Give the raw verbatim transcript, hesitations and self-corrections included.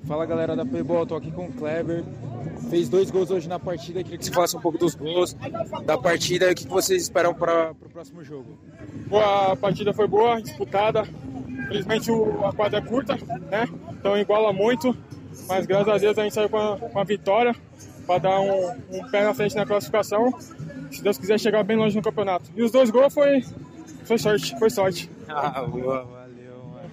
Fala galera da Playboy, tô aqui com o Kleber. Fez dois gols hoje na partida, queria que você falasse um pouco dos gols da partida e o que vocês esperam para o próximo jogo. Boa, a partida foi boa, disputada. Infelizmente o, a quadra é curta, né? Então iguala muito, mas graças a Deus a gente saiu com a, com a vitória para dar um, um pé na frente na classificação. Se Deus quiser chegar bem longe no campeonato. E os dois gols foi, foi sorte, foi sorte. Ah, boa, boa.